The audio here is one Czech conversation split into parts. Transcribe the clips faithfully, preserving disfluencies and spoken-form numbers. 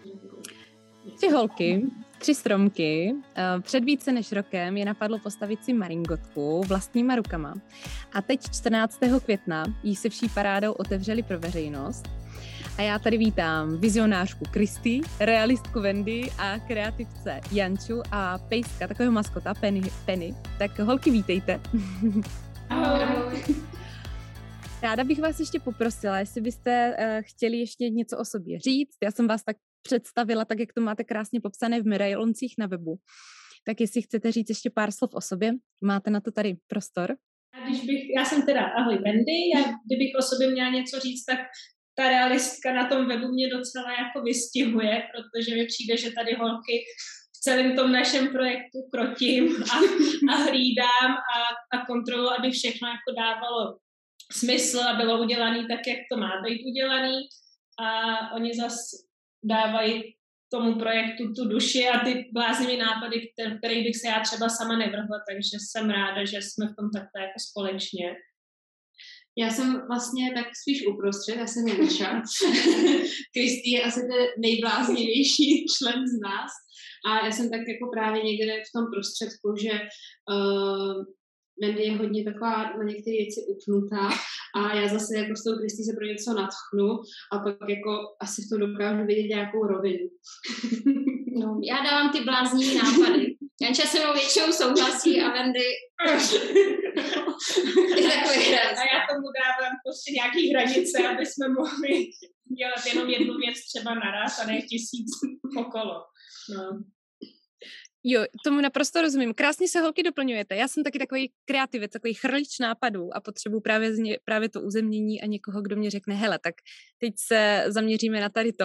Tři holky, tři stromky. Před více než rokem je napadlo postavit si maringotku vlastníma rukama. A teď čtrnáctého května ji se vší parádou otevřeli pro veřejnost. A já tady vítám vizionářku Kristy, realistku Wendy a kreativce Janču a pejska, takového maskota Penny. Penny. Tak holky, vítejte. Ahoj. Ráda bych vás ještě poprosila, jestli byste uh, chtěli ještě něco o sobě říct. Já jsem vás tak představila, tak jak to máte krásně popsané v medailoncích na webu. Tak jestli chcete říct ještě pár slov o sobě, máte na to tady prostor. A když bych, já jsem teda ahoj Wendy, já kdybych o sobě měla něco říct, tak ta realistka na tom webu mě docela jako vystihuje, protože mi přijde, že tady holky v celém tom našem projektu krotím a, a hlídám a, a kontroluji, aby všechno jako dávalo smysl a bylo udělané tak, jak to má být udělaný. A oni zase dávají tomu projektu tu duši a ty bláznivý nápady, který bych se já třeba sama nevrhla, takže jsem ráda, že jsme v tom takhle jako společně. Já jsem vlastně tak spíš uprostřed, já jsem Janča. Kristý je asi ten nejbláznivější člen z nás a já jsem tak jako právě někde v tom prostředku, že uh, Wendy je hodně taková na některé věci upnutá a já zase jako s tou Kristý se pro něco nadchnu a pak jako asi v tom dokážu vidět nějakou rovinu. No, já dávám ty bláznivé nápady. Janča se mnou většinou souhlasí a Wendy je takový hráč. A já tomu dávám prostě nějaký hranice, aby jsme mohli dělat jenom jednu věc třeba naraz a ne tisíc okolo. No. Jo, tomu naprosto rozumím. Krásně se holky doplňujete. Já jsem taky takový kreativec, takový chrlič nápadů a potřebuji právě, ně, právě to uzemnění a někoho, kdo mě řekne, hele, tak teď se zaměříme na tady to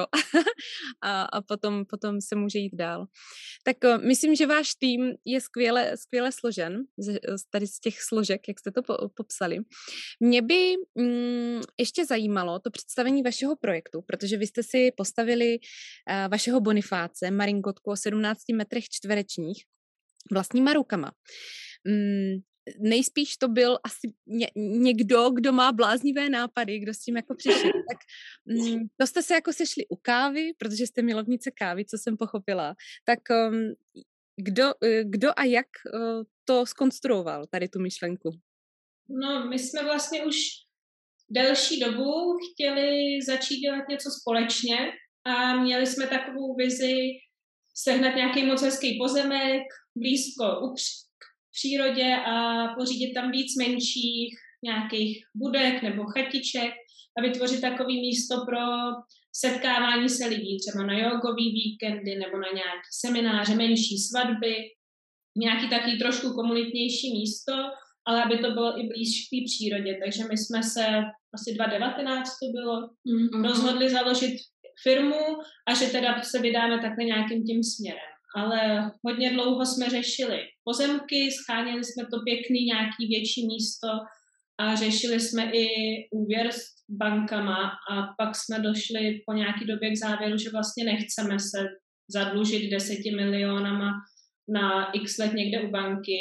a, a potom, potom se může jít dál. Tak uh, myslím, že váš tým je skvěle, skvěle složen, z, z tady z těch složek, jak jste to po, popsali. Mě by mm, ještě zajímalo to představení vašeho projektu, protože vy jste si postavili uh, vašeho Bonifáce, maringotku o sedmnácti metrech čtverečních, vlastníma rukama. Mm, nejspíš to byl asi ně, někdo, kdo má bláznivé nápady, kdo s tím jako přišel. Tak mm, to jste se jako sešli u kávy, protože jste milovnice kávy, co jsem pochopila. Tak um, kdo, kdo a jak uh, to zkonstruoval, tady tu myšlenku? No, my jsme vlastně už delší dobu chtěli začít dělat něco společně a měli jsme takovou vizi sehnat nějaký moc hezký pozemek, blízko k přírodě a pořídit tam víc menších nějakých budek nebo chatiček a vytvořit takový místo pro setkávání se lidí, třeba na jogový víkendy nebo na nějaké semináře, menší svatby, nějaký taky trošku komunitnější místo, ale aby to bylo i blíž k té přírodě. Takže my jsme se asi dva tisíce devatenáct to bylo, mm-hmm. rozhodli založit firmu a že teda se vydáme takhle nějakým tím směrem. Ale hodně dlouho jsme řešili pozemky, scháněli jsme to pěkný nějaký větší místo a řešili jsme i úvěr s bankama a pak jsme došli po nějaký době k závěru, že vlastně nechceme se zadlužit deseti milionama na x let někde u banky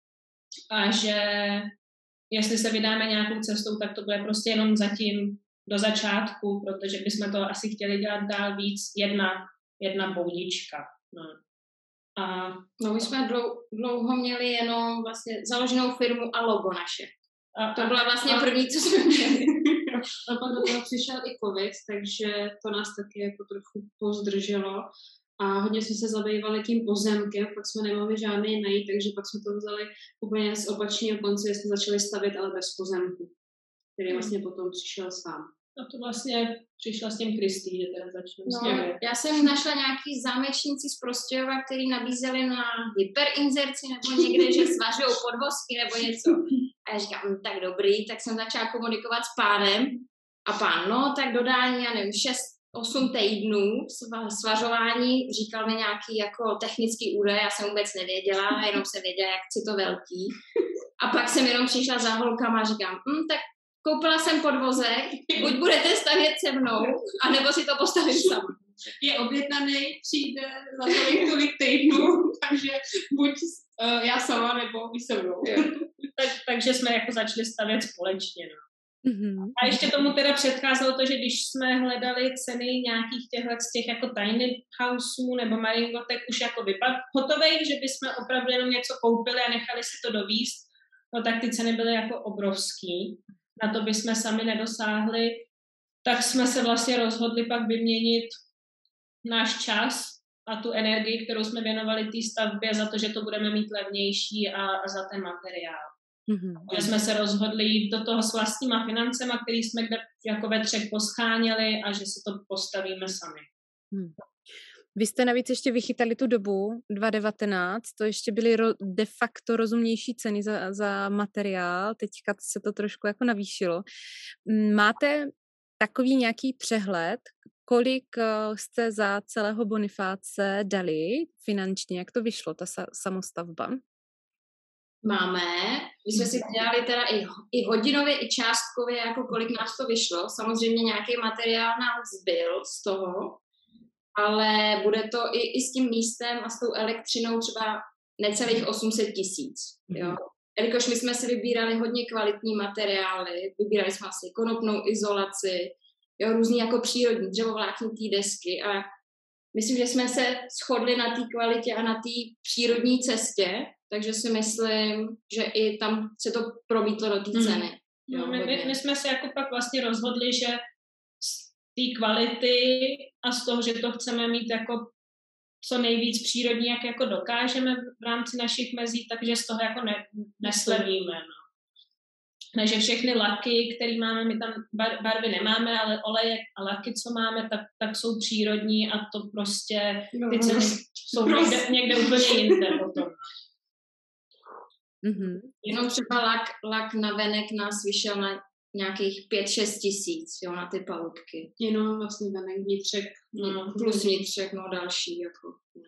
a že jestli se vydáme nějakou cestou, tak to bude prostě jenom zatím do začátku, protože bychom to asi chtěli dělat dál víc jedna, jedna boudička. No. A no, my jsme dlouho měli jenom vlastně založenou firmu a logo naše. A, to byla vlastně a, první, co jsme měli. A pak do toho přišel i covid, takže to nás taky jako trochu pozdrželo. A hodně jsme se zabývali tím pozemkem, pak jsme nemohli žádný najít, takže pak jsme to vzali úplně z opačného konce, jsme začali stavět, ale bez pozemku, který vlastně potom přišel sám. A to vlastně přišla s tím Kristý, že teda začnu no, já jsem našla nějaký zámečníci z Prostějova, který nabízeli na hyperinzerci nebo někde, že svařují podvozky nebo něco. A já říkám, no, tak dobrý, tak jsem začala komunikovat s pánem a pán, no tak dodání, já nevím, šest osm týdnů svařování, říkal mi nějaký jako technický údaj, já jsem vůbec nevěděla, jenom jsem věděla, jak si to velký. A pak jsem jenom přišla za holkama a říkám, hm, tak koupila jsem podvozek, buď budete stavět se mnou, anebo si to postavím sama. Je objednaný, přijde za tolik tolik týdnů, takže buď uh, já sama, nebo vy se mnou. tak, takže jsme jako začali stavět společně. No. Mm-hmm. A ještě tomu teda předcházelo to, že když jsme hledali ceny nějakých těchhle z těch jako tiny houseů nebo maringotek už jako vypad hotových, že bychom opravdu jenom něco koupili a nechali si to dovízt, no tak ty ceny byly jako obrovský. Na to bychom sami nedosáhli. Tak jsme se vlastně rozhodli pak vyměnit náš čas a tu energii, kterou jsme věnovali té stavbě za to, že to budeme mít levnější a, a za ten materiál. Mm-hmm. Že jsme se rozhodli jít do toho s vlastníma financema, který jsme kde jako ve třech poscháněli a že si to postavíme sami. Hmm. Vy jste navíc ještě vychytali tu dobu dva tisíce devatenáct, to ještě byly ro, de facto rozumnější ceny za, za materiál, teďka se to trošku jako navýšilo. Máte takový nějaký přehled, kolik jste za celého Bonifáce dali finančně, jak to vyšlo, ta sa, samostavba? Máme. My jsme si dělali teda i, i hodinově, i částkově, jako kolik nás to vyšlo. Samozřejmě nějaký materiál nám zbyl z toho, ale bude to i, i s tím místem a s tou elektřinou třeba necelých osm set tisíc. Jo. Jelikož my jsme si vybírali hodně kvalitní materiály, vybírali jsme asi konopnou izolaci, jo, různý jako přírodní dřevovláknitý desky a myslím, že jsme se shodli na té kvalitě a na té přírodní cestě, takže si myslím, že i tam se to promítlo do té ceny. Mm. Jo, my, my, my jsme se jako pak vlastně rozhodli, že z té kvality a z toho, že to chceme mít jako co nejvíc přírodní, jak jako dokážeme v rámci našich mezí, takže z toho jako ne, neslevíme. No. Ne, že všechny laky, které máme, my tam bar, barvy nemáme, ale oleje a laky, co máme, tak, tak jsou přírodní a to prostě ty ceny jsou někde, někde úplně jinde potom. Mm-hmm. Jenom třeba lak, lak na venek nás vyšel na nějakých pět šest tisíc, jo, na ty palubky. Jenom vlastně venek, vnitřek. No, plus vnitřek, no další, jako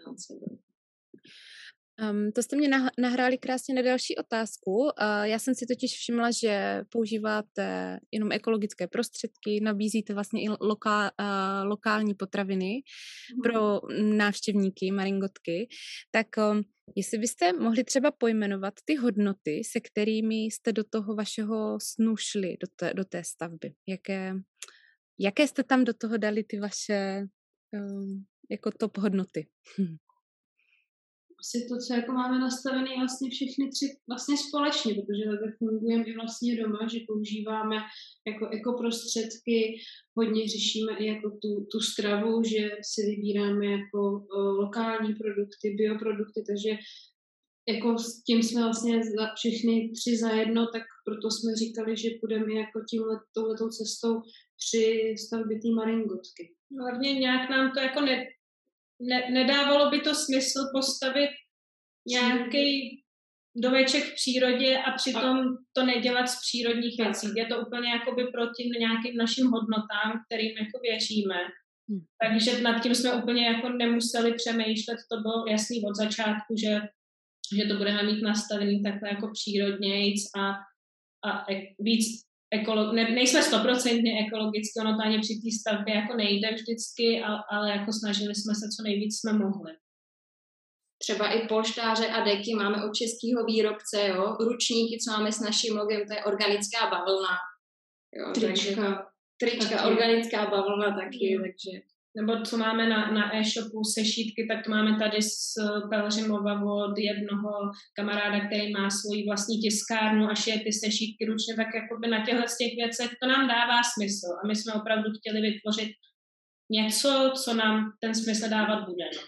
Um, to jste mě nahráli krásně na další otázku. Uh, já jsem si totiž všimla, že používáte jenom ekologické prostředky, nabízíte vlastně i loká, uh, lokální potraviny mm. pro návštěvníky Maringotky. Tak um, jestli byste mohli třeba pojmenovat ty hodnoty, se kterými jste do toho vašeho snu šli, do té, do té stavby. Jaké, jaké jste tam do toho dali ty vaše um, jako top hodnoty? Asi to, co jako máme nastavené vlastně všechny tři vlastně společně, protože tak fungujeme i vlastně doma, že používáme jako ekoprostředky, hodně řešíme i jako tu, tu stravu, že si vybíráme jako o, lokální produkty, bioprodukty, takže jako s tím jsme vlastně za, všechny tři zajedno, tak proto jsme říkali, že půjdeme jako tímhle, touhletou cestou při stavbě té Maringotky. Hlavně nějak nám to jako ne... Ne, nedávalo by to smysl postavit nějaký domeček v přírodě a přitom to nedělat z přírodních věcí. Je to úplně jakoby proti nějakým našim hodnotám, kterým jako věříme. Hmm. Takže nad tím jsme úplně jako nemuseli přemýšlet. To bylo jasný od začátku, že, že to budeme mít nastavený takhle jako přírodnějc a, a víc Ekolo- ne, nejsme stoprocentně ekologicky, ono to ani při té stavbě jako nejde vždycky, ale, ale jako snažili jsme se co nejvíc jsme mohli. Třeba i polštáře a deky máme od českého výrobce, jo, ručníky, co máme s naším logem, to je organická bavlna. Jo, trička. Takže, trička, taky. Organická bavlna taky, mm. takže... Nebo co máme na, na e-shopu sešítky, tak to máme tady z Pelřimova od jednoho kamaráda, který má svoji vlastní tiskárnu a šije ty sešítky ručně, tak jakoby na těchto těch věcech to nám dává smysl. A my jsme opravdu chtěli vytvořit něco, co nám ten smysl dávat bude. No.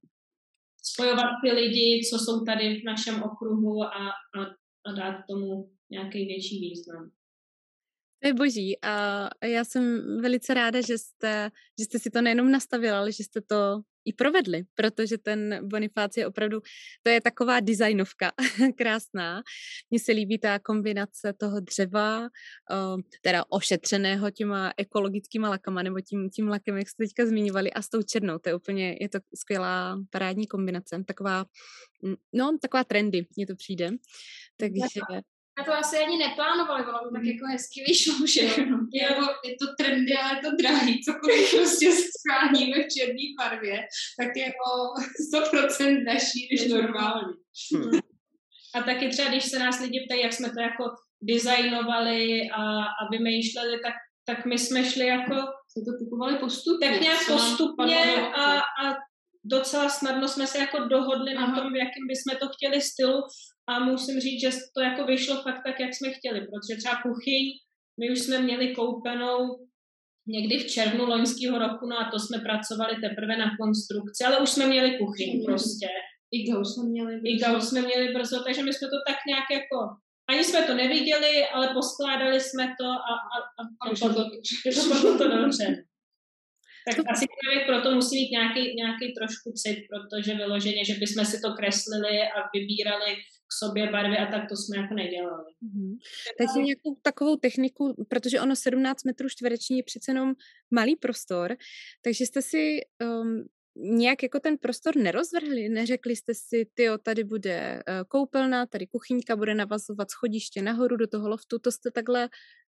Spojovat ty lidi, co jsou tady v našem okruhu a, a, a dát tomu nějaký větší význam. To je boží a já jsem velice ráda, že jste, že jste si to nejenom nastavila, ale že jste to i provedli, protože ten Bonifác je opravdu, to je taková designovka krásná. Mně se líbí ta kombinace toho dřeva, teda ošetřeného těma ekologickýma lakama, nebo tím, tím lakem, jak jste teďka zmiňovali, a s tou černou. To je úplně, je to skvělá parádní kombinace. Taková, no, taková trendy, mně to přijde. Takže... Já to asi ani neplánovali, ono to tak jako hezky vyšlo všechno. Je, je to trendy, ale je to drahý. Cokoliv prostě scháníme v černé barvě, tak je o sto procent dražší než normální. Hmm. A taky třeba, když se nás lidi ptají, jak jsme to jako designovali a, a vymýšleli, tak, tak my jsme šli jako... Jsme to kupovali postupně. Tak nějak postupně a, a docela snadno jsme se jako dohodli Aha. na tom, v jakém bychom to chtěli stylu a musím říct, že to jako vyšlo fakt tak, jak jsme chtěli, protože třeba kuchyň, my už jsme měli koupenou někdy v červnu loňského roku, no a to jsme pracovali teprve na konstrukci, ale už jsme měli kuchyň mm. prostě. I gauč jsme měli brzo. I gauč jsme měli brzo, takže my jsme to tak nějak jako, ani jsme to neviděli, ale poskládali jsme to a, a, a, a vyšlo to, to, to dobře. Tak asi člověk proto musí mít nějaký, nějaký trošku cit, protože vyloženě, že bychom si to kreslili a vybírali k sobě barvy a tak to jsme jako nedělali. Mm-hmm. Takže nějakou takovou techniku, protože ono sedmnáct metrů čtvereční je přece jenom malý prostor, takže jste si um, nějak jako ten prostor nerozvrhli, neřekli jste si, tyjo, tady bude uh, koupelna, tady kuchyňka, bude navazovat schodiště nahoru do toho loftu, to jste takhle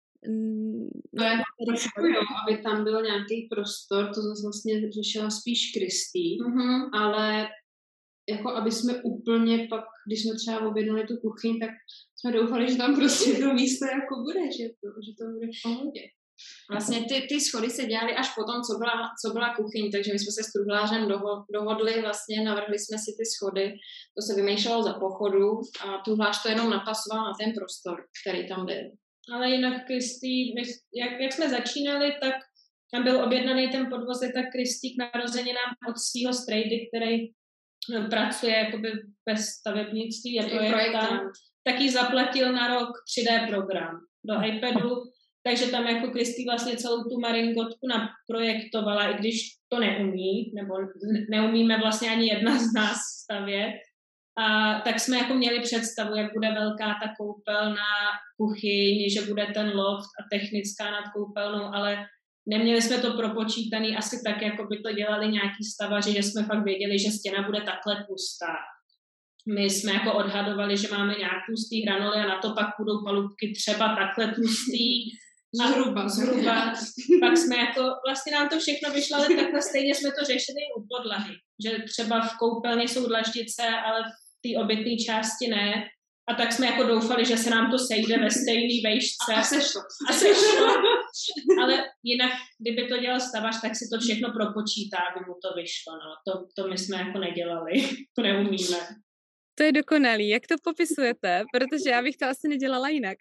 No jako trošku jo, aby tam byl nějaký prostor, to zase vlastně řešila spíš Kristý, mm-hmm. ale jako aby jsme úplně pak, když jsme třeba objednali tu kuchyň, tak jsme doufali, že tam prostě to místo jako bude, že to, že to bude v pohodě. Vlastně ty, ty schody se dělaly až potom, co byla, co byla kuchyň, takže my jsme se s truhlářem doho, dohodli, vlastně navrhli jsme si ty schody, to se vymýšlelo za pochodu a truhlář to jenom napasoval na ten prostor, který tam byl. Ale jinak Kristý, jak, jak jsme začínali, tak tam byl objednaný ten podvozek, tak Kristý k narozeninám od svého strejdy, který pracuje jakoby ve stavebnictví, je projektant, tak jí zaplatil na rok tři dé program do iPadu, takže tam jako Kristý vlastně celou tu maringotku naprojektovala, i když to neumí, nebo neumíme vlastně ani jedna z nás stavět. A tak jsme jako měli představu, jak bude velká ta koupelna, kuchyň, že bude ten loft a technická nad koupelnou, ale neměli jsme to propočítaný asi tak, jako by to dělali nějaký stavaři, že jsme fakt věděli, že stěna bude takhle tlustá. My jsme jako odhadovali, že máme nějak tlustý granoly a na to pak budou palubky třeba takhle tlustý. Zhruba, zhruba. Pak jsme jako, vlastně nám to všechno vyšlo, ale takhle stejně jsme to řešili u podlahy. Že třeba v koupelně jsou dlaždice, ale v té obytné části ne. A tak jsme jako doufali, že se nám to sejde ve stejný vejšce. A sešlo. A sešlo. Ale jinak, kdyby to dělal stavař, tak si to všechno propočítá, aby mu to vyšlo. No. To, to my jsme jako nedělali. To neumíme. To je dokonalý. Jak to popisujete? Protože já bych to asi nedělala jinak.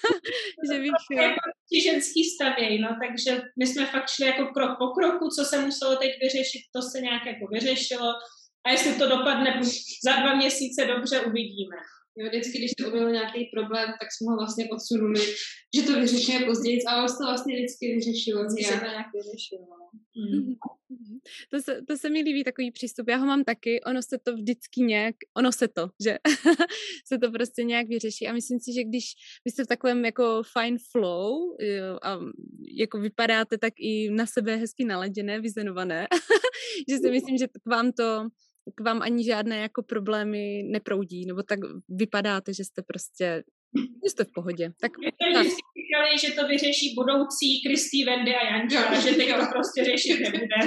Že bych... To jako ti ženský stavěj, no, takže my jsme fakt šli jako krok po kroku, co se muselo teď vyřešit, to se nějak jako vyřešilo a jestli to dopadne za dva měsíce dobře, uvidíme. Jo, vždycky, když to byl nějaký problém, tak jsme ho vlastně odsunuli, že to vyřešíme později, ale to vlastně vždycky vyřešilo. Vždycky se to nějak vyřešilo. Mm. To se, to se mi líbí takový přístup. Já ho mám taky, ono se to vždycky nějak, ono se to, že se to prostě nějak vyřeší a myslím si, že když vy jste v takovém jako fine flow jo, a jako vypadáte tak i na sebe hezky naladěné, vyzenované, že si myslím, že k vám to k vám ani žádné jako problémy neproudí, nebo tak vypadáte, že jste prostě, že jste v pohodě. Tak, tak. Říkali, že to vyřeší budoucí Kristý, Wendy a Janča, že teď to prostě řešit nebude.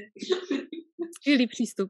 Skvělý přístup.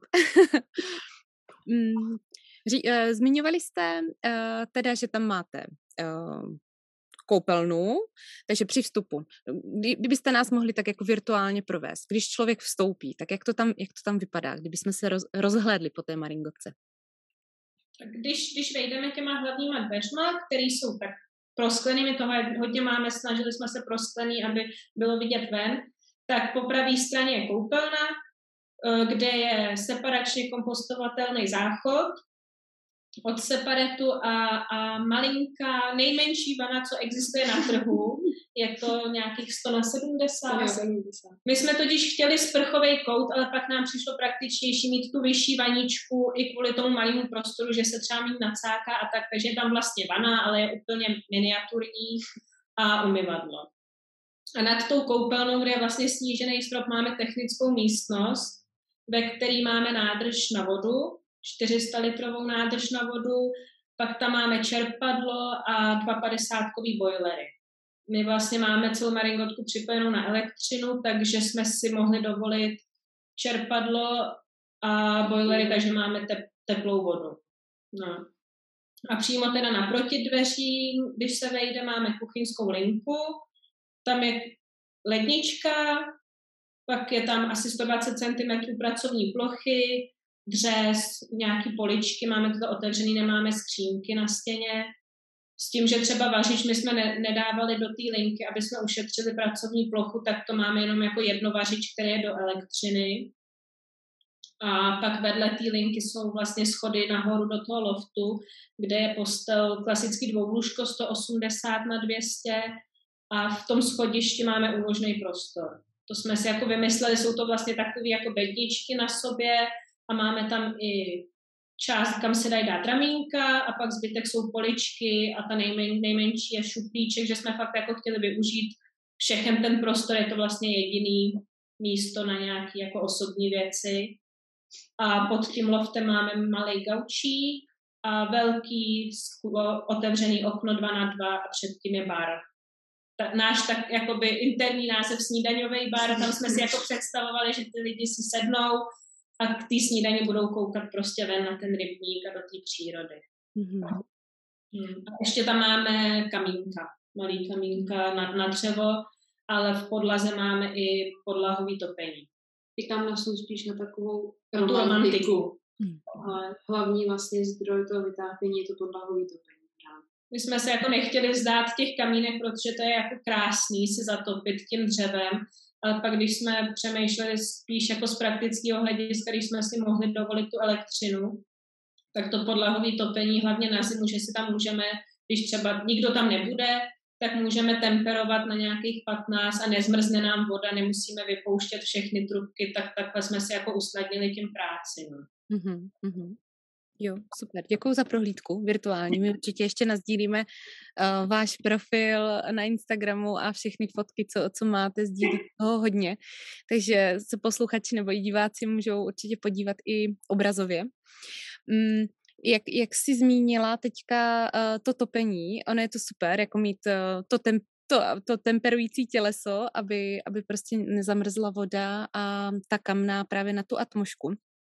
Zmiňovali jste teda, že tam máte koupelnu, takže při vstupu. Kdybyste nás mohli tak jako virtuálně provést, když člověk vstoupí, tak jak to tam, jak to tam vypadá, kdybychom se roz, rozhlédli po té maringotce? Když, když vejdeme těma hlavníma dveřma, které jsou tak prosklený, my toho hodně máme, snažili jsme se prosklený, aby bylo vidět ven, tak po pravé straně je koupelna, kde je separačně kompostovatelný záchod, od separetu a, a malinká, nejmenší vana, co existuje na trhu, je to nějakých sto na sedmdesát. My jsme totiž chtěli sprchovej kout, ale pak nám přišlo praktičnější mít tu vyšší vaničku i kvůli tomu malému prostoru, že se třeba mít nacáká a tak, takže je tam vlastně vana, ale je úplně miniaturní a umyvadlo. A nad tou koupelnou, kde je vlastně snížený strop, máme technickou místnost, ve které máme nádrž na vodu, čtyři sta litrovou nádrž na vodu, pak tam máme čerpadlo a dva padesátkový bojlery. My vlastně máme celou maringotku připojenou na elektřinu, takže jsme si mohli dovolit čerpadlo a bojlery, takže máme tep, teplou vodu. No. A přímo teda naproti dveřím, když se vejde, máme kuchyňskou linku, tam je lednička, pak je tam asi sto dvacet centimetrů pracovní plochy, dřez, nějaký poličky, máme to otevřený, nemáme skřínky na stěně. S tím, že třeba vařič my jsme ne, nedávali do té linky, aby jsme ušetřili pracovní plochu, tak to máme jenom jako jedno vařič, které je do elektřiny. A pak vedle té linky jsou vlastně schody nahoru do toho loftu, kde je postel klasický dvoulůžko sto osmdesát na dvě stě a v tom schodišti máme úložný prostor. To jsme si jako vymysleli, jsou to vlastně takové jako bedničky na sobě a máme tam i část, kam se dají dát ramínka a pak zbytek jsou poličky a ta nejmen, nejmenší je šuplíček, že jsme fakt jako chtěli využít všechen ten prostor, je to vlastně jediný místo na nějaké jako osobní věci. A pod tím loftem máme malý gaučík a velký sklo, otevřený okno dva na dva a předtím je bar. Ta, náš tak jakoby interní název snídaňový bar, tam jsme si jako představovali, že ty lidi si sednou a k té snídani budou koukat prostě ven na ten rybník a do té přírody. Mm-hmm. A ještě tam máme kamínka, malý kamínka na, na dřevo, ale v podlaze máme i podlahový topení. Ty kamna jsou spíš na takovou romantiku. romantiku. Hmm. Ale hlavní vlastně zdroj toho vytápění je to podlahový topení. My jsme se jako nechtěli vzdát těch kamínek, protože to je jako krásný si zatopit tím dřevem, ale pak když jsme přemýšleli spíš jako z praktického hlediska, když jsme si mohli dovolit tu elektřinu, tak to podlahový topení, hlavně na zimu, že si tam můžeme, když třeba nikdo tam nebude, tak můžeme temperovat na nějakých patnáct a nezmrzne nám voda, nemusíme vypouštět všechny trubky, tak takhle jsme si jako usnadnili tím práci. No. Mm-hmm, mm-hmm. Jo, super. Děkuju za prohlídku virtuální. My určitě ještě nasdílíme uh, váš profil na Instagramu a všechny fotky, co, co máte, sdílí toho hodně. Takže se posluchači nebo i diváci můžou určitě podívat i obrazově. Mm, Jak, jak jsi zmínila teďka uh, to topení, ono je to super, jako mít uh, to, tem, to, to temperující těleso, aby, aby prostě nezamrzla voda a ta kamna právě na tu atmošku.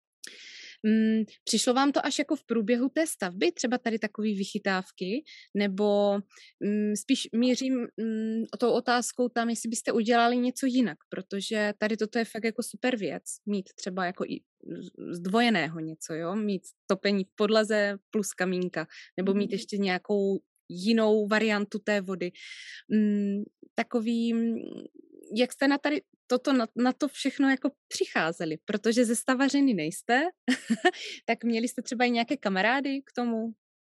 Mm, přišlo vám to až jako v průběhu té stavby, třeba tady takové vychytávky, nebo mm, spíš mířím mm, o tou otázkou tam, jestli byste udělali něco jinak, protože tady toto je fakt jako super věc, mít třeba jako i zdvojeného něco, jo, mít topení v podlaze plus kamínka, nebo mít ještě nějakou jinou variantu té vody. Mm, takový, jak jste na tady toto, na, na to všechno jako přicházeli, protože ze stavařiny nejste, tak měli jste třeba i nějaké kamarády k tomu?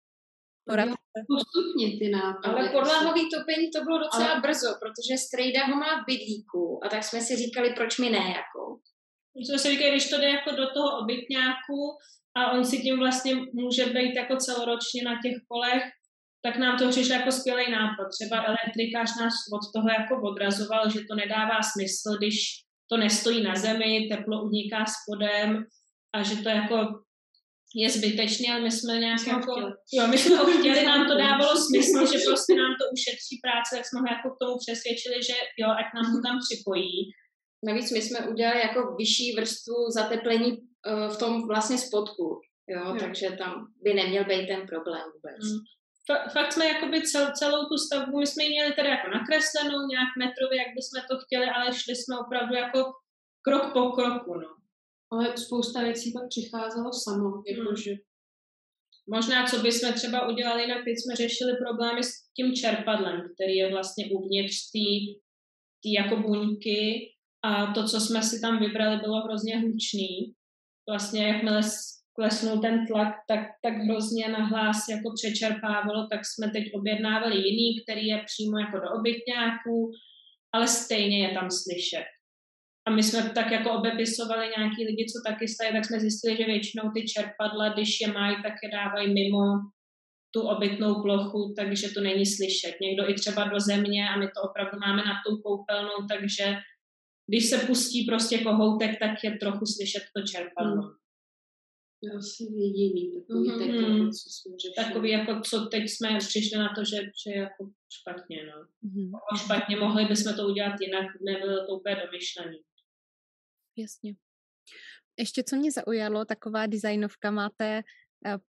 Postupně ty nápady. Ale podlahový topení to bylo docela ale... brzo, protože strejda ho má v bydlíku a tak jsme si říkali, proč mi ne, jako. My jsme si říkali, když to jde jako do toho obytňáku a on si tím vlastně může být jako celoročně na těch polech, tak nám to přišlo jako skvělý nápad. Třeba elektrikář nás od toho jako odrazoval, že to nedává smysl, když to nestojí na zemi, teplo uniká spodem a že to jako je zbytečné, ale my jsme nějak jako, jo, my jsme ho chtěli, nám to dávalo smysl, že prostě nám to ušetří práce, tak jsme ho jako k tomu přesvědčili, že jo, ať nám to tam připojí. Navíc my jsme udělali jako vyšší vrstvu zateplení uh, v tom vlastně spodku, jo, jo, takže tam by neměl být ten problém vůbec. Mm. Fakt jsme jakoby cel, celou tu stavbu, my jsme ji měli tady jako nakreslenou, nějak metrově, jak bychom to chtěli, ale šli jsme opravdu jako krok po kroku, no. Ale spousta věcí pak přicházelo samo, jakože. Hmm. Možná, co bychom třeba udělali, jinak teď jsme řešili problémy s tím čerpadlem, který je vlastně uvnitř té jako buňky a to, co jsme si tam vybrali, bylo hrozně hlučný. Vlastně, jakmile klesnul ten tlak, tak, tak hrozně nahlas jako přečerpávalo, tak jsme teď objednávali jiný, který je přímo jako do obytňáků, ale stejně je tam slyšet. A my jsme tak jako obepisovali nějaký lidi, co taky stají, tak jsme zjistili, že většinou ty čerpadla, když je mají, tak je dávají mimo tu obytnou plochu, takže to není slyšet. Někdo i třeba do země a my to opravdu máme nad tou koupelnou, takže když se pustí prostě kohoutek, tak je trochu slyšet to čerpadlo. Hmm. Je asi jediný takový, mm-hmm. takový, co jsme řešili. Takový, jako co teď jsme přišli na to, že, že je jako špatně, no. Mm-hmm. Špatně, mohli bychom to udělat jinak, nebylo to úplně domyšlený. Jasně. Ještě co mě zaujalo, taková designovka, máte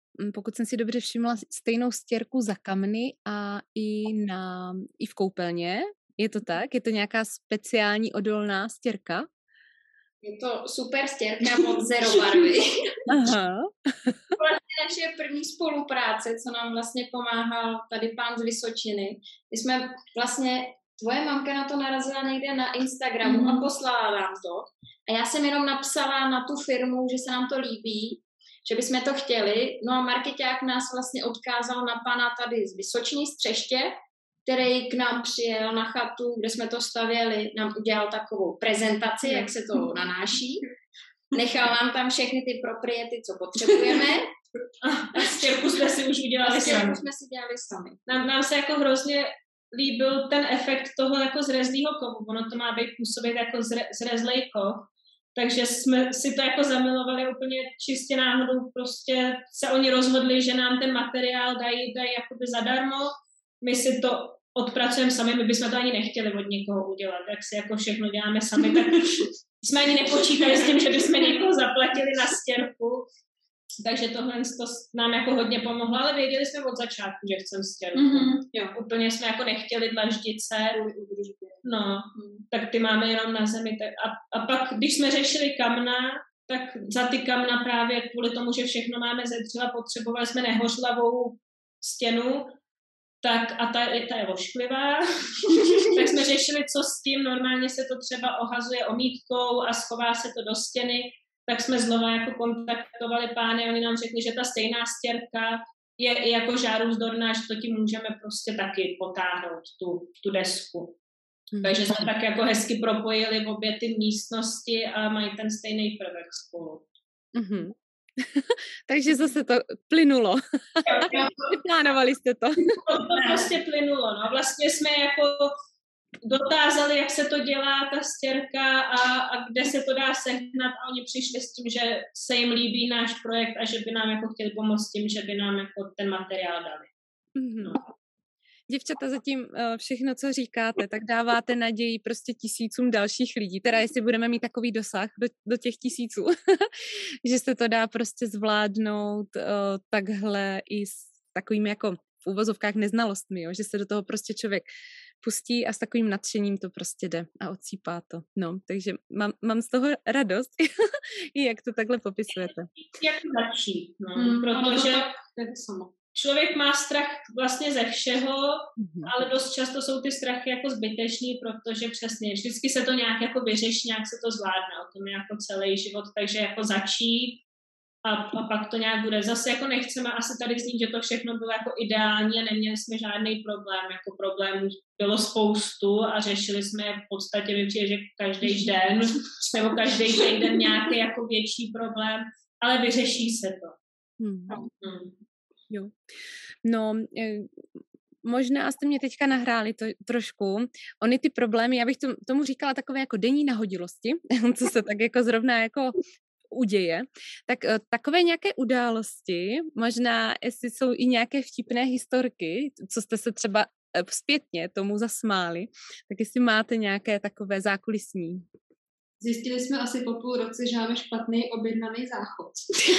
pokud jsem si dobře všimla, stejnou stěrku za kamny a i, na, i v koupelně. Je to tak? Je to nějaká speciální odolná stěrka? Je to super stěrka od Zero barvy. Aha. Vlastně naše první spolupráce, co nám vlastně pomáhal tady pán z Vysočiny. My jsme vlastně, tvoje mamka na to narazila někde na Instagramu mm. a poslala nám to. A já jsem jenom napsala na tu firmu, že se nám to líbí, že bychom to chtěli. No a markeťák nás vlastně odkázal na pana tady z Vysočiny, z Třeště, který k nám přijel na chatu, kde jsme to stavěli, nám udělal takovou prezentaci, jak se to nanáší. Nechal nám tam všechny ty propriety, co potřebujeme. A stěrku jsme si už udělali a sami. jsme si dělali sami. Nám, nám se jako hrozně líbil ten efekt toho jako zrezlýho kovu. Ono to má být působit jako zre, zrezlej kov. Takže jsme si to jako zamilovali úplně čistě náhodou. Prostě se oni rozhodli, že nám ten materiál dají, dají jakoby zadarmo. My si to odpracujeme sami, my bychom to ani nechtěli od někoho udělat. Jak si jako všechno děláme sami, tak jsme ani nepočítali s tím, že bychom někoho zaplatili na stěrku. Takže tohle to nám jako hodně pomohlo, ale věděli jsme od začátku, že chceme stěrku. Mm-hmm. Jo, úplně jsme jako nechtěli dlaždice. No, tak ty máme jenom na zemi. Tak a, a pak, když jsme řešili kamna, tak za ty kamna právě kvůli tomu, že všechno máme ze dřeva, potřebovali jsme nehořlavou stěnu, tak a ta, ta je ošklivá, tak jsme řešili, co s tím, normálně se to třeba ohazuje omítkou a schová se to do stěny, tak jsme znova jako kontaktovali pány, oni nám řekli, že ta stejná stěrka je i jako žárůvzdorná, že to tím můžeme prostě taky potáhnout, tu, tu desku. Hmm. Takže jsme tak jako hezky propojili obě ty místnosti a mají ten stejný prvek spolu. Mm-hmm. Takže zase to plynulo. Plánovali jste to. to. To prostě plynulo. No. Vlastně jsme jako dotázali, jak se to dělá, ta stěrka a, a kde se to dá sehnat a oni přišli s tím, že se jim líbí náš projekt a že by nám jako chtěli pomoct tím, že by nám jako ten materiál dali. Mm-hmm. No. Děvčata, zatím všechno, co říkáte, tak dáváte naději prostě tisícům dalších lidí. Teda jestli budeme mít takový dosah do, do těch tisíců, že se to dá prostě zvládnout uh, takhle i s takovými jako v úvozovkách neznalostmi, jo? Že se do toho prostě člověk pustí a s takovým nadšením to prostě jde a odsýpá to. No, takže mám, mám z toho radost, i jak to takhle popisujete. Jak začít, no, hmm, protože člověk má strach vlastně ze všeho, mm-hmm. ale dost často jsou ty strachy jako zbytečný, protože přesně vždycky se to nějak jako vyřeší, nějak se to zvládne, o tom je jako celý život, takže jako začít a, a pak to nějak bude. Zase jako nechceme asi tady znít, že to všechno bylo jako ideální a neměli jsme žádný problém, jako problémů bylo spoustu a řešili jsme v podstatě, mi přijde, že každý den nebo každý týden nějaký jako větší problém, ale vyřeší se to. Hmm. Hmm. Jo. No, možná jste mě teďka nahráli to trošku. Ony ty problémy, já bych tomu říkala takové jako denní nahodilosti, co se tak jako zrovna jako uděje, tak takové nějaké události, možná jestli jsou i nějaké vtipné historky, co jste se třeba zpětně tomu zasmáli, tak jestli máte nějaké takové zákulisní. Zjistili jsme asi po půl roce, že máme špatný objednaný záchod.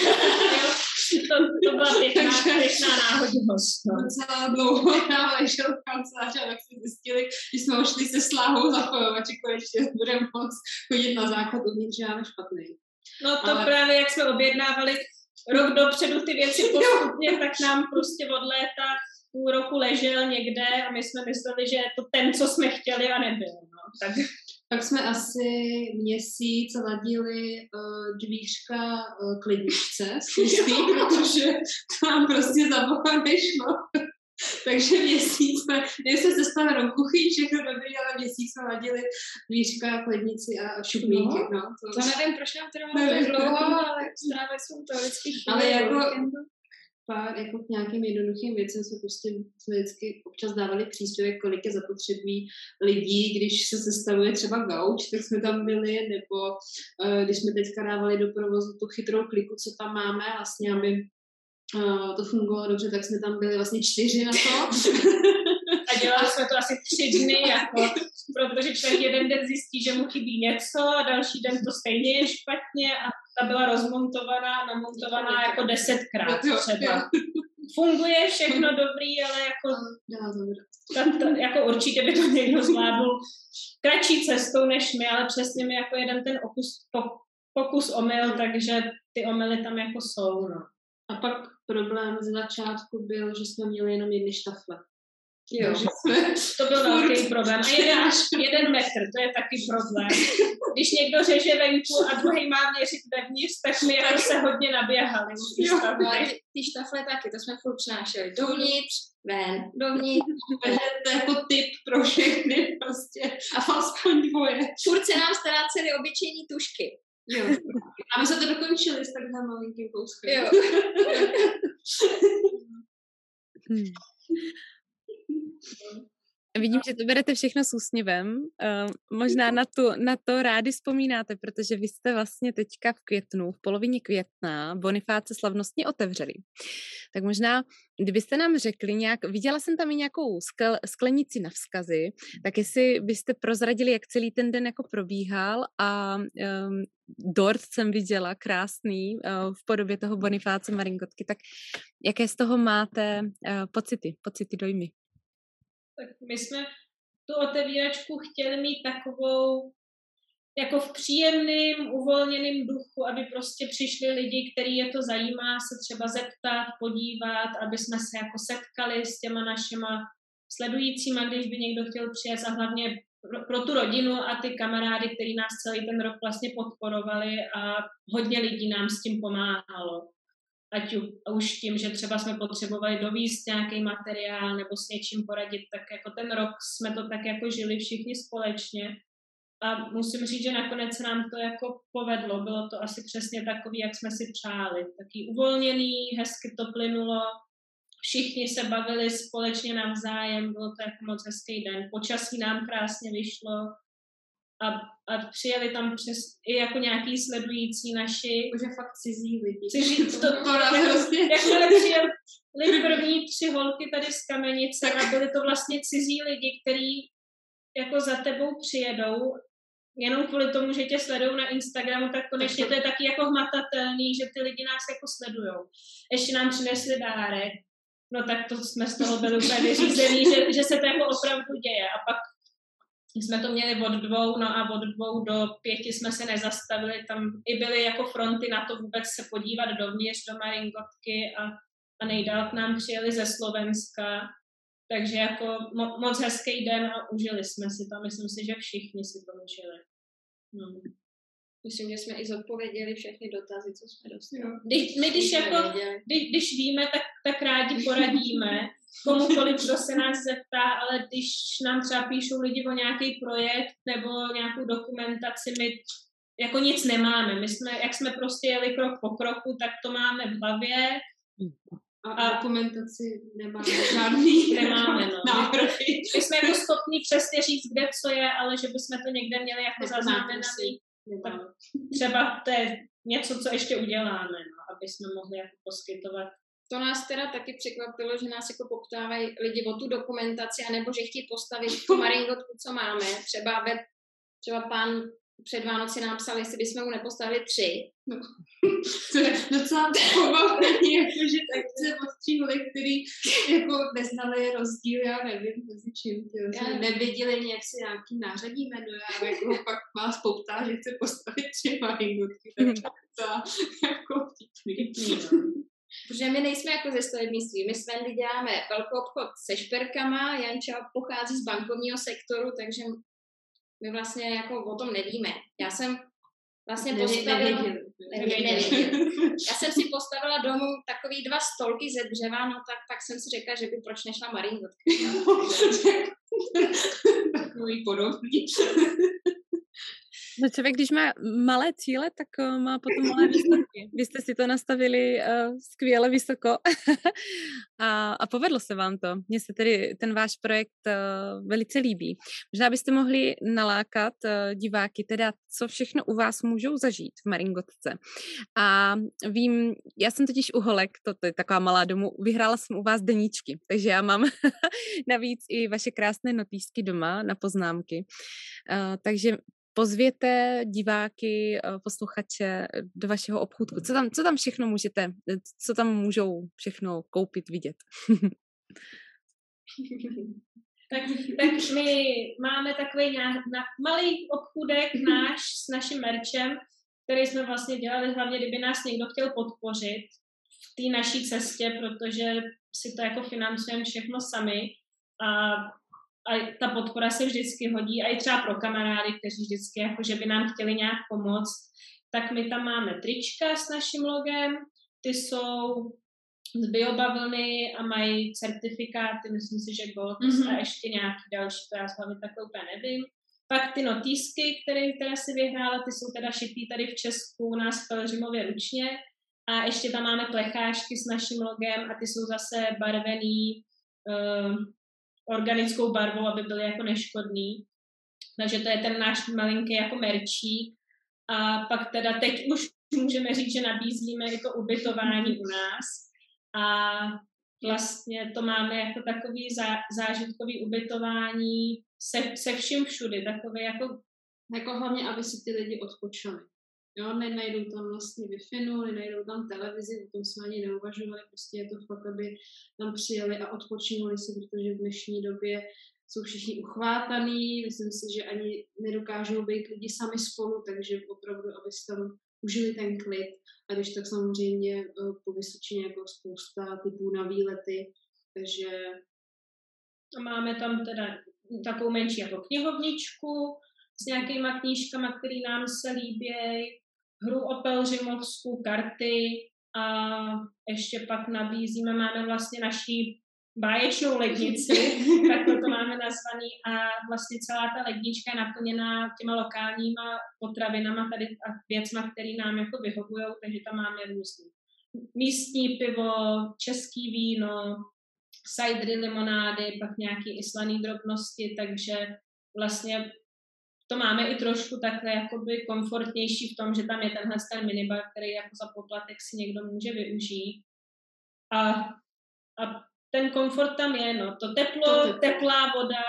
to, to byla pěkná, pěkná náhodilost. No. Docela dlouho nám ležel v kanceláři a tak jsme zjistili, že jsme ušli se sláhou zapojovači, konečně budeme moct chodit na záchod uvnitř, že máme špatný. No to ale... právě, jak jsme objednávali rok dopředu ty věci postupně, tak nám prostě od léta půl roku ležel někde a my jsme mysleli, že je to ten, co jsme chtěli a nebyl. No. Tak... Pak jsme asi měsíc ladili uh, dvířka uh, k ledničce, protože to nám prostě za boha nešlo. Takže měsíc jsme, nejsem se stala do kuchyň, všechno dobrý, ale měsíc jsme ladili dvířka k lednici a šuplíky. No, no, to... to nevím, proč nám trvalo tak dlouho, ale strávili jsme to vždycky chvíli. Ale jako pár, jako k nějakým jednoduchým věcem jsme prostě jsme vždycky občas dávali příspěvek, kolik je zapotřebí lidí, když se sestavuje třeba gauč, tak jsme tam byli, nebo uh, když jsme teďka dávali do provozu tu chytrou kliku, co tam máme, vlastně, aby uh, to fungovalo dobře, tak jsme tam byli vlastně čtyři na to. A dělali jsme to asi tři dny, jako, protože člověk jeden den zjistí, že mu chybí něco a další den to stejně je špatně a ta byla rozmontovaná, namontovaná jako desetkrát třeba. Funguje všechno dobrý, ale jako, ta, ta, jako určitě by to někdo zvládl kratší cestou než my, ale přesně mi jako jeden ten okus, po, pokus omyl, takže ty omyly tam jako jsou, no. A pak problém z začátku byl, že jsme měli jenom jedny štafle. Jo, to byl velký problém. A jeden, jeden metr, to je taky problém. Když někdo řeže venku a druhý má měřit vevnitř, tak my jako se hodně naběhali. Jo, no, ty, ty štafle taky, to jsme furt přenášeli. Dovnitř, ven, dovnitř. To je jako tip pro všechny prostě. A aspoň dvoje. Furt se nám ztrácely obyčejní tušky. Jo. A my jsme to dokončili s takhle malinkým kouskem. Jo. hmm. Vidím, že to berete všechno s úsměvem. Uh, možná na, tu, na to rádi vzpomínáte, protože vy jste vlastně teďka v květnu, v polovině května, Bonifáce slavnostně otevřeli. Tak možná, kdybyste nám řekli nějak, viděla jsem tam i nějakou skl, sklenici na vzkazy, tak jestli byste prozradili, jak celý ten den jako probíhal a um, dort jsem viděla, krásný, uh, v podobě toho Bonifáce Maringotky, tak jaké z toho máte uh, pocity, pocity, dojmy? Tak my jsme tu otevíračku chtěli mít takovou jako v příjemným, uvolněným duchu, aby prostě přišli lidi, který je to zajímá, se třeba zeptat, podívat, aby jsme se jako setkali s těma našima sledujícíma, když by někdo chtěl přijet a hlavně pro, pro tu rodinu a ty kamarády, který nás celý ten rok vlastně podporovali a hodně lidí nám s tím pomáhalo. Ať už tím, že třeba jsme potřebovali dovízt nějaký materiál nebo s něčím poradit, tak jako ten rok jsme to tak jako žili všichni společně. A musím říct, že nakonec se nám to jako povedlo. Bylo to asi přesně takový, jak jsme si přáli. Taký uvolněný, hezky to plynulo, všichni se bavili společně navzájem, bylo to jako moc hezký den. Počasí nám krásně vyšlo. A, a přijeli tam přes, i jako nějaký sledující naši. Už je fakt cizí lidi. Cizí, to, to, jakmile přijeli první tři holky tady z Kamenice a byli to vlastně cizí lidi, kteří jako za tebou přijedou, jenom kvůli tomu, že tě sledují na Instagramu, tak konečně to je taky jako hmatatelný, že ty lidi nás jako sledujou. Ještě nám přinesli dárek, no tak to jsme z toho byli úplně vyřízení, že, že se to jako opravdu děje. A pak jsme to měli od dvou, no a od dvou do pěti jsme se nezastavili, tam i byly jako fronty na to vůbec se podívat dovnitř do Maringotky a, a nejdál k nám přijeli ze Slovenska, takže jako mo- moc hezký den a užili jsme si to, myslím si, že všichni si to užili. No. Myslím, že jsme i zodpověděli všechny dotazy, co jsme dostali. Když, my když, jako, když, když víme, tak, tak rádi poradíme komukoliv, kdo se nás zeptá, ale když nám třeba píšou lidi o nějaký projekt nebo nějakou dokumentaci, my jako nic nemáme. My jsme, jak jsme prostě jeli krok po kroku, tak to máme v hlavě. A, a dokumentaci nemáme žádný. Nemáme, no. My, my jsme jako schopni přesně říct, kde co je, ale že bychom to někde měli jako zaznamenaný. Tak třeba to je něco, co ještě uděláme, no, aby jsme mohli jako poskytovat. To nás teda taky překvapilo, že nás jako poptávají lidi o tu dokumentaci, anebo že chtějí postavit tu Maringotku, co máme. Třeba, ve, třeba pán před Vánoci nám psal, jestli bychom mu nepostavili tři. No. To je docela pobavení, jakože tak se odstříhli, který jako neznali rozdíl, já nevím, mezi čím, já nevěděli nějak si nějaký nářadí jméno, já jako pak vás poptá, že chce postavit tři Maringotky, tak to jako vtipný. Protože my nejsme jako ze stavebnictví, my s Wendy děláme velký obchod se šperkama, Janča pochází z bankovního sektoru, takže my vlastně jako o tom nevíme. Já jsem vlastně postavila... Já jsem si postavila domů takový dva stolky ze dřeva, no tak pak jsem si řekla, že by proč nešla Maringotka. Takový podobný. No člověk, když má malé cíle, tak uh, má potom malé výsledky. Vy jste si to nastavili uh, skvěle vysoko a, a povedlo se vám to. Mně se tedy ten váš projekt uh, velice líbí. Možná byste mohli nalákat uh, diváky, teda co všechno u vás můžou zažít v Maringotce. A vím, já jsem totiž u holek, to, to je taková malá domů, vyhrála jsem u vás deníčky, takže já mám navíc i vaše krásné notýsky doma na poznámky. Uh, takže pozvěte diváky, posluchače do vašeho obchůdku. Co tam, co tam všechno můžete, co tam můžou všechno koupit, vidět? tak, tak my máme takový na, na, malý obchůdek náš s naším merčem, který jsme vlastně dělali, hlavně kdyby nás někdo chtěl podpořit v té naší cestě, protože si to jako financujeme všechno sami a, a ta podpora se vždycky hodí a i třeba pro kamarády, kteří vždycky jako, že by nám chtěli nějak pomoct, tak my tam máme trička s naším logem, ty jsou z biobavlny a mají certifikáty, myslím si, že Gold mm-hmm. a ještě nějaký další, to já z hlavy takhle úplně nevím. Pak ty notýsky, které, které si vyhrála, ty jsou teda šitý tady v Česku u nás v Pelhřimově ručně a ještě tam máme plecháčky s naším logem a ty jsou zase barvený uh, organickou barvou, aby byly jako neškodný. Takže to je ten náš malinký jako merčík. A pak teda teď už můžeme říct, že nabízíme i to ubytování u nás. A vlastně to máme jako takový zá, zážitkový ubytování se, se vším všudy, takový jako... Jako hlavně, aby si ty lidi odpočali. Jo, nenajdou tam vlastně Wi-Fi, nenajdou tam televizi, o tom jsme ani neuvažovali, prostě je to fakt, aby tam přijeli a odpočinuli si, protože v dnešní době jsou všichni uchvátaný, myslím si, že ani nedokážou být lidi sami spolu, takže opravdu, aby si tam užili ten klid. A když tak samozřejmě po Vysočině jako spousta typů na výlety, takže... A máme tam teda takovou menší jako knihovničku s nějakýma knížkama, které nám se líbí, hru o Pelhřimovsku, karty a ještě pak nabízíme, máme vlastně naší báječnou lednici, tak to máme nazvaný a vlastně celá ta lednička je naplněná těma lokálníma potravinama tady a věcma, které nám jako vyhovují, takže tam máme různý místní pivo, český víno, cidery, limonády, pak nějaký i slaný drobnosti, takže vlastně to máme i trošku takhle jakoby komfortnější v tom, že tam je tenhle ten minibar, který jako za poplatek si někdo může využít. A, a ten komfort tam je, no. To teplo, to teplá voda,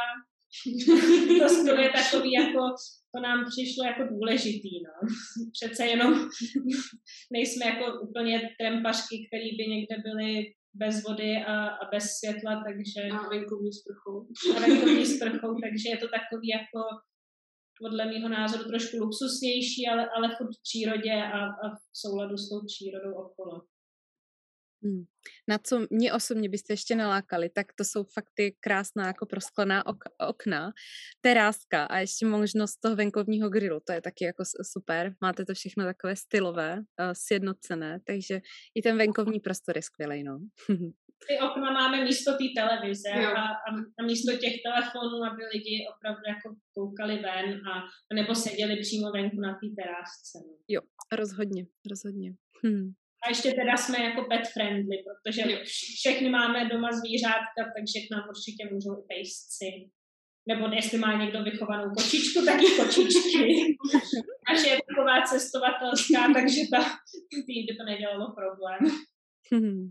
to skoro je takový jako, to nám přišlo jako důležitý, no. Přece jenom nejsme jako úplně trempařky, který by někde byli bez vody a, a bez světla, takže... A venkovní sprchou. A venkovní sprchou, takže je to takový jako podle mého názoru trošku luxusnější, ale, ale furt v přírodě a, a v souladu s tou přírodou okolo. Hmm. Na co mě osobně byste ještě nalákali, tak to jsou fakt ty krásná jako prosklená ok- okna, teráska a ještě možnost toho venkovního grilu, to je taky jako super, máte to všechno takové stylové, uh, sjednocené, takže i ten venkovní prostor je skvělej, no. Ty okna máme místo té televize a, a, a místo těch telefonů, aby lidi opravdu jako koukali ven a, a nebo seděli přímo venku na té terásce. No. Jo, rozhodně, rozhodně. Hm. A ještě teda jsme jako pet friendly, protože všechny máme doma zvířátka, takže k nám určitě můžou i pejsci. Nebo jestli má někdo vychovanou kočičku, tak i kočičky. Až je taková cestovatelská, takže ta, tý by to nedělalo problém. Hmm.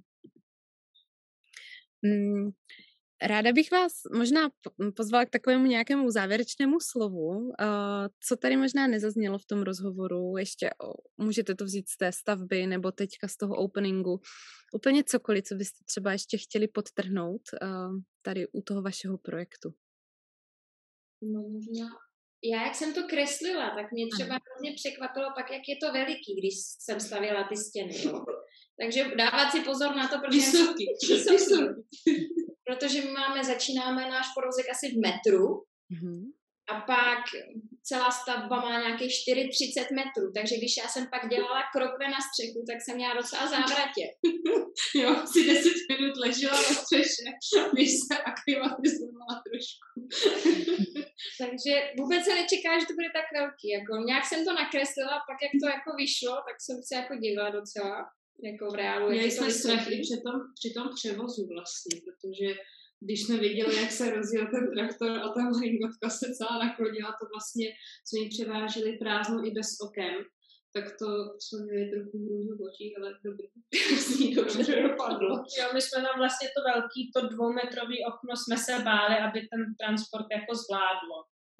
Hmm. Ráda bych vás možná pozvala k takovému nějakému závěrečnému slovu. Co tady možná nezaznělo v tom rozhovoru, ještě můžete to vzít z té stavby nebo teďka z toho openingu. Úplně cokoliv, co byste třeba ještě chtěli podtrhnout tady u toho vašeho projektu. No možná. Já, jak jsem to kreslila, tak mě třeba hrozně překvapilo pak, jak je to veliký, když jsem stavila ty stěny. Jo. Takže dávat si pozor na to, protože... Vysoký. Vysoký. Protože my máme, začínáme náš porozek asi v metru mm-hmm. a pak celá stavba má nějakých čtyři třicet metrů, takže když já jsem pak dělala krokve na střechu, tak jsem měla docela závratě. Jo, si deset minut ležela na střeše, když se aklimatizovala trošku. Takže vůbec se nečeká, že to bude tak velký. Jako, nějak jsem to nakreslila, pak jak to jako vyšlo, tak jsem se jako divila docela. Jako v reálu. Měli jsme strach i při tom, při tom převozu vlastně, protože když jsme viděli, jak se rozjel ten traktor a ta malingotka se celá naklonila, to vlastně jsme ji převáželi prázdnou i bez oken, tak to jsme měli trochu hrůzu v očích, ale dobrý. Vlastně dobře dopadlo. Jo, my jsme tam vlastně to velký, to dvoumetrový okno jsme se báli, aby ten transport jako zvládlo.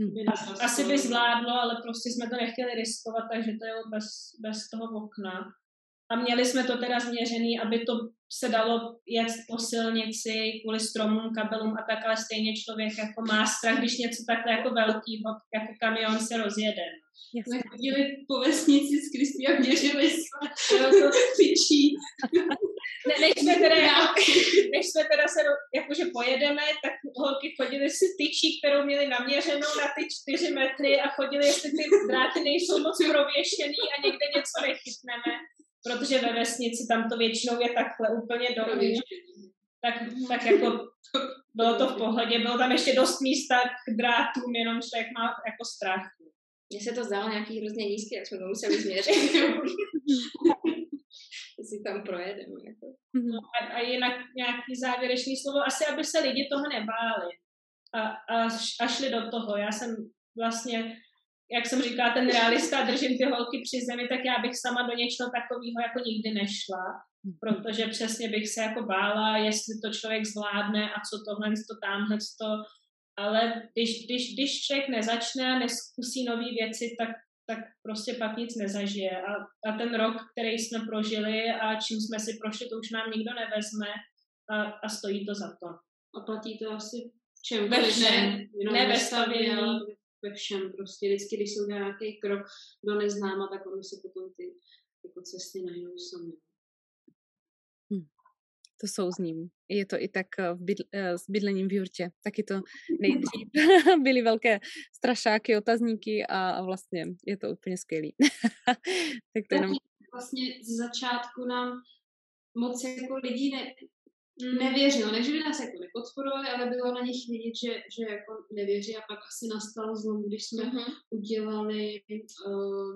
Hmm. Asi by zvládlo, ale prostě jsme to nechtěli riskovat, takže to jelo bez, bez toho okna. A měli jsme to teda změřený, aby to se dalo jet po silnici kvůli stromům, kabelům a tak, ale stejně člověk jako má strach, když něco takhle jako velkýho, jako kamion se rozjede. Jsme chodili po vesnici s Kristý a měřili jsme, jo, to tyčí. Ne, než jsme teda, než jsme teda se, jakože pojedeme, tak holky chodily si tyčí, kterou měli naměřenou na ty čtyři metry a chodili, jestli ty dráty nejsou moc prověšený a někde něco nechytneme, protože ve vesnici tam to většinou je takhle úplně dolů. Tak, tak jako bylo to v pohodě, bylo tam ještě dost místa k drátům, jenom člověk má jako strach. Mně se to zdálo nějaký hrozně nízký, jak jsme to museli změřit. Jestli tam projedeme. Jako. No a, a jinak nějaký závěrečný slovo, asi aby se lidi toho nebáli a, a, a šli do toho. Já jsem vlastně, jak jsem říkala, ten realista, držím ty holky při zemi, tak já bych sama do něčeho takového jako nikdy nešla, protože přesně bych se jako bála, jestli to člověk zvládne a co tohle, to tamhle, to. Ale když, když, když člověk nezačne a neskusí nové věci, tak, tak prostě pak nic nezažije. A, a ten rok, který jsme prožili a čím jsme si prošli, to už nám nikdo nevezme a, a stojí to za to. A platí to asi v čem? Ve všem. Ne, ne ve stavění. ale ve všem prostě. Vždycky, když se udělá nějaký krok do neznáma, tak ono se potom ty jako cesty najdou sami. Hmm. To souzním. Je to i tak v bydl, s bydlením v jurtě. Taky to nejdřív byly velké strašáky, otazníky a, a vlastně je to úplně skvělý. Tak to jenom... Vlastně z začátku nám moc jako lidí ne, nevěřilo. Ne, že by nás jako nepodporovali, ale bylo na nich vidět, že, že jako nevěří a pak asi nastal zlom, když jsme uh-huh. udělali uh,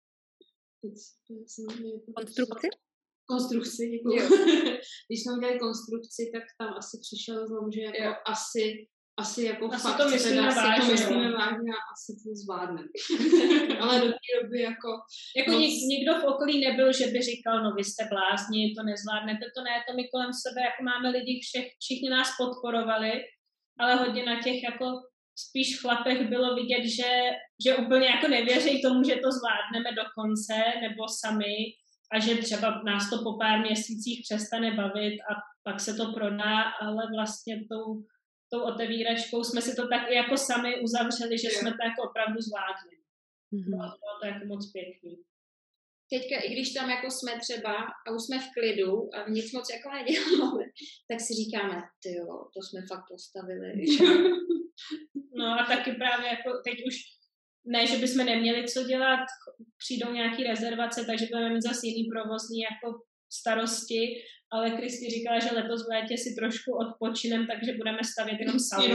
konstrukci? Konstrukci, děkuji. Když jsme udělali konstrukci, tak tam asi přišel zlom, že jako asi, asi jako asi fakt to myslíme teda, vážně, to myslíme vážně a asi to zvládneme. Ale do té doby jako... Jako moc... nik, nikdo v okolí nebyl, že by říkal, no vy jste blázni, to nezvládnete, to ne, to my kolem sebe, jako máme lidi, všech, všichni nás podporovali, ale hodně na těch jako spíš chlapech bylo vidět, že, že úplně jako nevěří tomu, že to zvládneme do konce, nebo sami, a že třeba nás to po pár měsících přestane bavit a pak se to prodá, ale vlastně tou, tou otevíračkou jsme si to tak i jako sami uzavřeli, že jsme to jako opravdu zvládli. Mm-hmm. Bylo to jako moc pěkný. Teďka, i když tam jako jsme třeba a už jsme v klidu a nic moc jako neděláme, tak si říkáme, tyjo, to jsme fakt postavili. No a taky právě jako teď už ne, že bychom neměli co dělat, přijdou nějaký rezervace, takže budeme mít zase jiný provozní jako starosti, ale Kristi říkala, že letos v létě si trošku odpočinem, takže budeme stavět jenom saunu.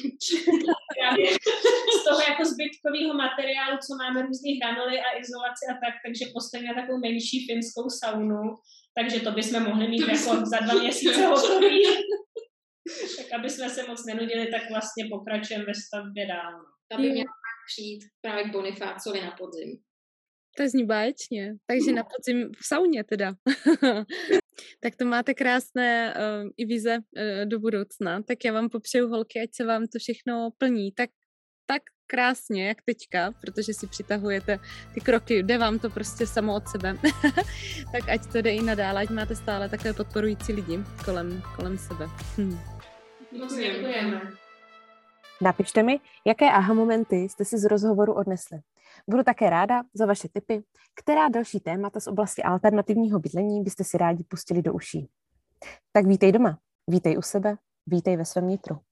Z toho jako zbytkového materiálu, co máme různý granuly a izolaci a tak, takže postavíme takovou menší finskou saunu, takže to bychom mohli mít to jako za dva měsíce hotový. Tak aby jsme se moc nenudili, tak vlastně pokračujeme ve stavbě dál. Aby měl přijít právě k Bonifácovi na podzim. To zní báječně. Takže na podzim v sauně teda. Tak to máte krásné uh, i vize uh, do budoucna. Tak já vám popřeju, holky, ať se vám to všechno plní. Tak, tak krásně, jak teďka, protože si přitahujete ty kroky. Jde vám to prostě samo od sebe. Tak ať to jde i nadále, ať máte stále takové podporující lidi kolem, kolem sebe. Hm. Děkujeme. Napište mi, jaké aha momenty jste si z rozhovoru odnesli. Budu také ráda za vaše tipy, která další témata z oblasti alternativního bydlení byste si rádi pustili do uší. Tak vítej doma, vítej u sebe, vítej ve svém nitru.